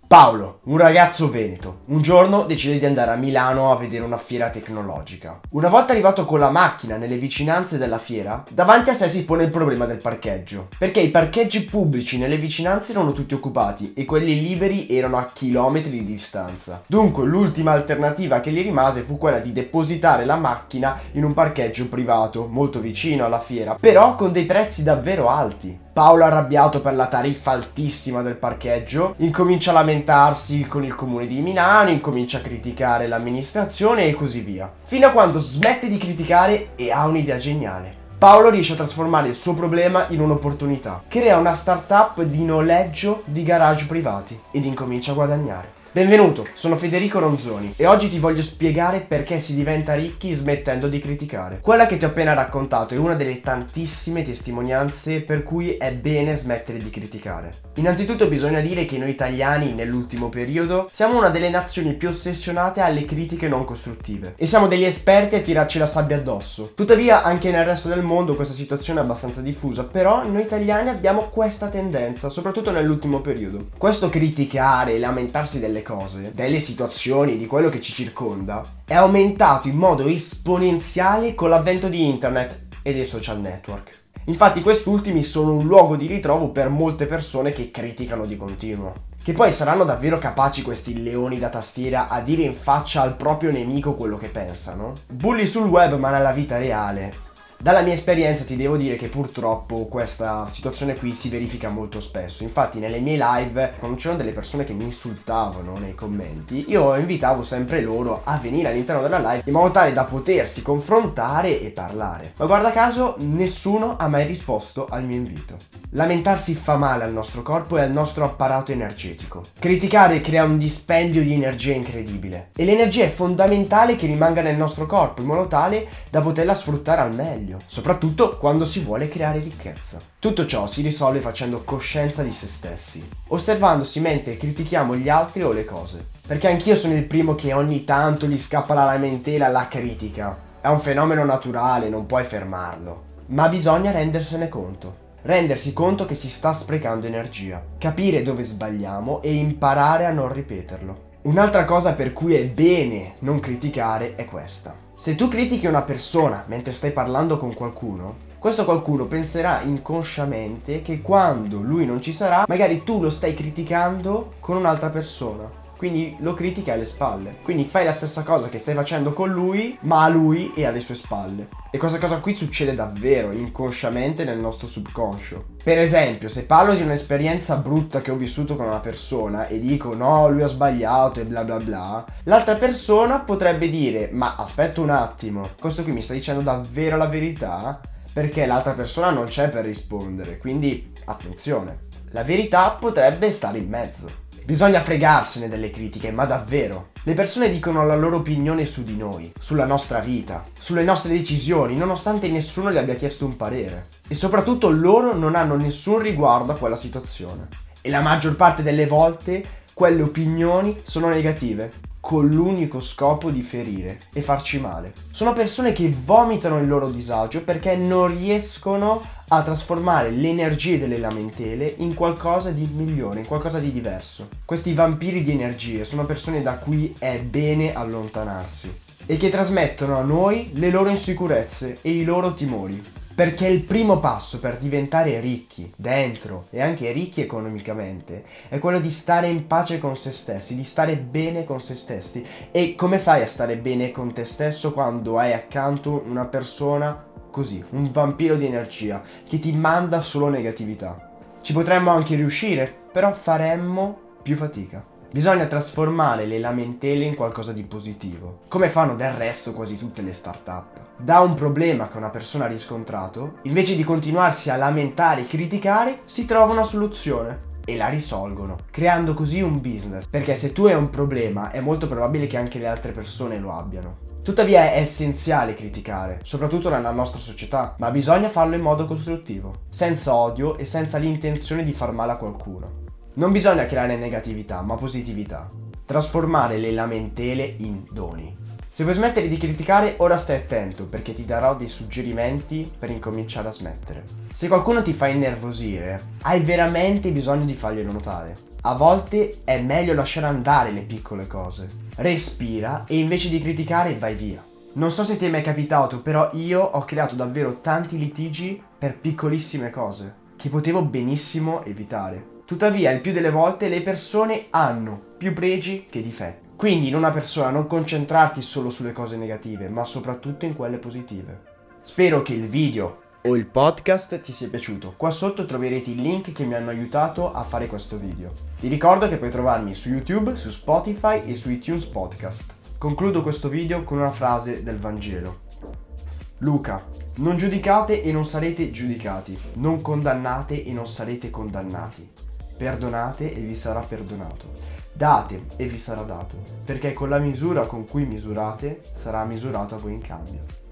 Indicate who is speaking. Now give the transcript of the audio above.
Speaker 1: Paolo, un ragazzo veneto, un giorno decide di andare a Milano a vedere una fiera tecnologica. Una volta arrivato con la macchina nelle vicinanze della fiera, davanti a sé si pone il problema del parcheggio, perché i parcheggi pubblici nelle vicinanze erano tutti occupati e quelli liberi erano a chilometri di distanza. Dunque l'ultima alternativa che gli rimase fu quella di depositare la macchina in un parcheggio privato, molto vicino alla fiera, però con dei prezzi davvero alti. Paolo, arrabbiato per la tariffa altissima del parcheggio, incomincia a lamentarsi con il comune di Milano, incomincia a criticare l'amministrazione e così via. Fino a quando smette di criticare e ha un'idea geniale. Paolo riesce a trasformare il suo problema in un'opportunità. Crea una startup di noleggio di garage privati ed incomincia a guadagnare. Benvenuto, sono Federico Ronzoni e oggi ti voglio spiegare perché si diventa ricchi smettendo di criticare. Quella che ti ho appena raccontato è una delle tantissime testimonianze per cui è bene smettere di criticare. Innanzitutto bisogna dire che noi italiani nell'ultimo periodo siamo una delle nazioni più ossessionate alle critiche non costruttive e siamo degli esperti a tirarci la sabbia addosso. Tuttavia anche nel resto del mondo questa situazione è abbastanza diffusa, però noi italiani abbiamo questa tendenza, soprattutto nell'ultimo periodo. Questo criticare e lamentarsi delle cose, delle situazioni, di quello che ci circonda, è aumentato in modo esponenziale con l'avvento di internet e dei social network. Infatti quest'ultimi sono un luogo di ritrovo per molte persone che criticano di continuo. Che poi saranno davvero capaci questi leoni da tastiera a dire in faccia al proprio nemico quello che pensano? Bulli sul web ma nella vita reale. Dalla mia esperienza ti devo dire che purtroppo questa situazione qui si verifica molto spesso. Infatti nelle mie live, quando c'erano delle persone che mi insultavano nei commenti, io invitavo sempre loro a venire all'interno della live in modo tale da potersi confrontare e parlare. Ma guarda caso nessuno ha mai risposto al mio invito. Lamentarsi fa male al nostro corpo e al nostro apparato energetico. Criticare crea un dispendio di energia incredibile e l'energia è fondamentale che rimanga nel nostro corpo in modo tale da poterla sfruttare al meglio, soprattutto quando si vuole creare ricchezza. Tutto ciò si risolve facendo coscienza di se stessi, osservandosi mentre critichiamo gli altri o le cose. Perché anch'io sono il primo che ogni tanto gli scappa la lamentela alla critica. È un fenomeno naturale, non puoi fermarlo. Ma bisogna rendersene conto. Rendersi conto che si sta sprecando energia, capire dove sbagliamo e imparare a non ripeterlo. Un'altra cosa per cui è bene non criticare è questa. Se tu critichi una persona mentre stai parlando con qualcuno, questo qualcuno penserà inconsciamente che quando lui non ci sarà, magari tu lo stai criticando con un'altra persona. Quindi lo critichi alle spalle. Quindi fai la stessa cosa che stai facendo con lui, ma a lui e alle sue spalle. E questa cosa qui succede davvero, inconsciamente nel nostro subconscio. Per esempio, se parlo di un'esperienza brutta che ho vissuto con una persona e dico no, lui ha sbagliato e bla bla bla, l'altra persona potrebbe dire ma aspetta un attimo, questo qui mi sta dicendo davvero la verità? Perché l'altra persona non c'è per rispondere, quindi attenzione. La verità potrebbe stare in mezzo. Bisogna fregarsene delle critiche, ma davvero. Le persone dicono la loro opinione su di noi, sulla nostra vita, sulle nostre decisioni, nonostante nessuno gli abbia chiesto un parere. E soprattutto loro non hanno nessun riguardo a quella situazione. E la maggior parte delle volte quelle opinioni sono negative, con l'unico scopo di ferire e farci male. Sono persone che vomitano il loro disagio perché non riescono a trasformare le energie delle lamentele in qualcosa di migliore, in qualcosa di diverso. Questi vampiri di energie sono persone da cui è bene allontanarsi e che trasmettono a noi le loro insicurezze e i loro timori. Perché il primo passo per diventare ricchi dentro e anche ricchi economicamente è quello di stare in pace con se stessi, di stare bene con se stessi. E come fai a stare bene con te stesso quando hai accanto una persona così, un vampiro di energia che ti manda solo negatività? Ci potremmo anche riuscire, però faremmo più fatica. Bisogna trasformare le lamentele in qualcosa di positivo, come fanno del resto quasi tutte le start-up. Da un problema che una persona ha riscontrato, invece di continuarsi a lamentare e criticare, si trova una soluzione e la risolvono, creando così un business. Perché se tu hai un problema, è molto probabile che anche le altre persone lo abbiano. Tuttavia è essenziale criticare, soprattutto nella nostra società, ma bisogna farlo in modo costruttivo, senza odio e senza l'intenzione di far male a qualcuno. Non bisogna creare negatività, ma positività. Trasformare le lamentele in doni. Se vuoi smettere di criticare, ora stai attento perché ti darò dei suggerimenti per incominciare a smettere. Se qualcuno ti fa innervosire, hai veramente bisogno di farglielo notare. A volte è meglio lasciare andare le piccole cose. Respira e invece di criticare vai via. Non so se ti è mai capitato, però io ho creato davvero tanti litigi per piccolissime cose che potevo benissimo evitare. Tuttavia, il più delle volte le persone hanno più pregi che difetti. Quindi in una persona non concentrarti solo sulle cose negative, ma soprattutto in quelle positive. Spero che il video o il podcast ti sia piaciuto. Qua sotto troverete i link che mi hanno aiutato a fare questo video. Ti ricordo che puoi trovarmi su YouTube, su Spotify e su iTunes Podcast. Concludo questo video con una frase del Vangelo. Luca, non giudicate e non sarete giudicati, non condannate e non sarete condannati, perdonate e vi sarà perdonato, date e vi sarà dato, perché con la misura con cui misurate sarà misurato a voi in cambio.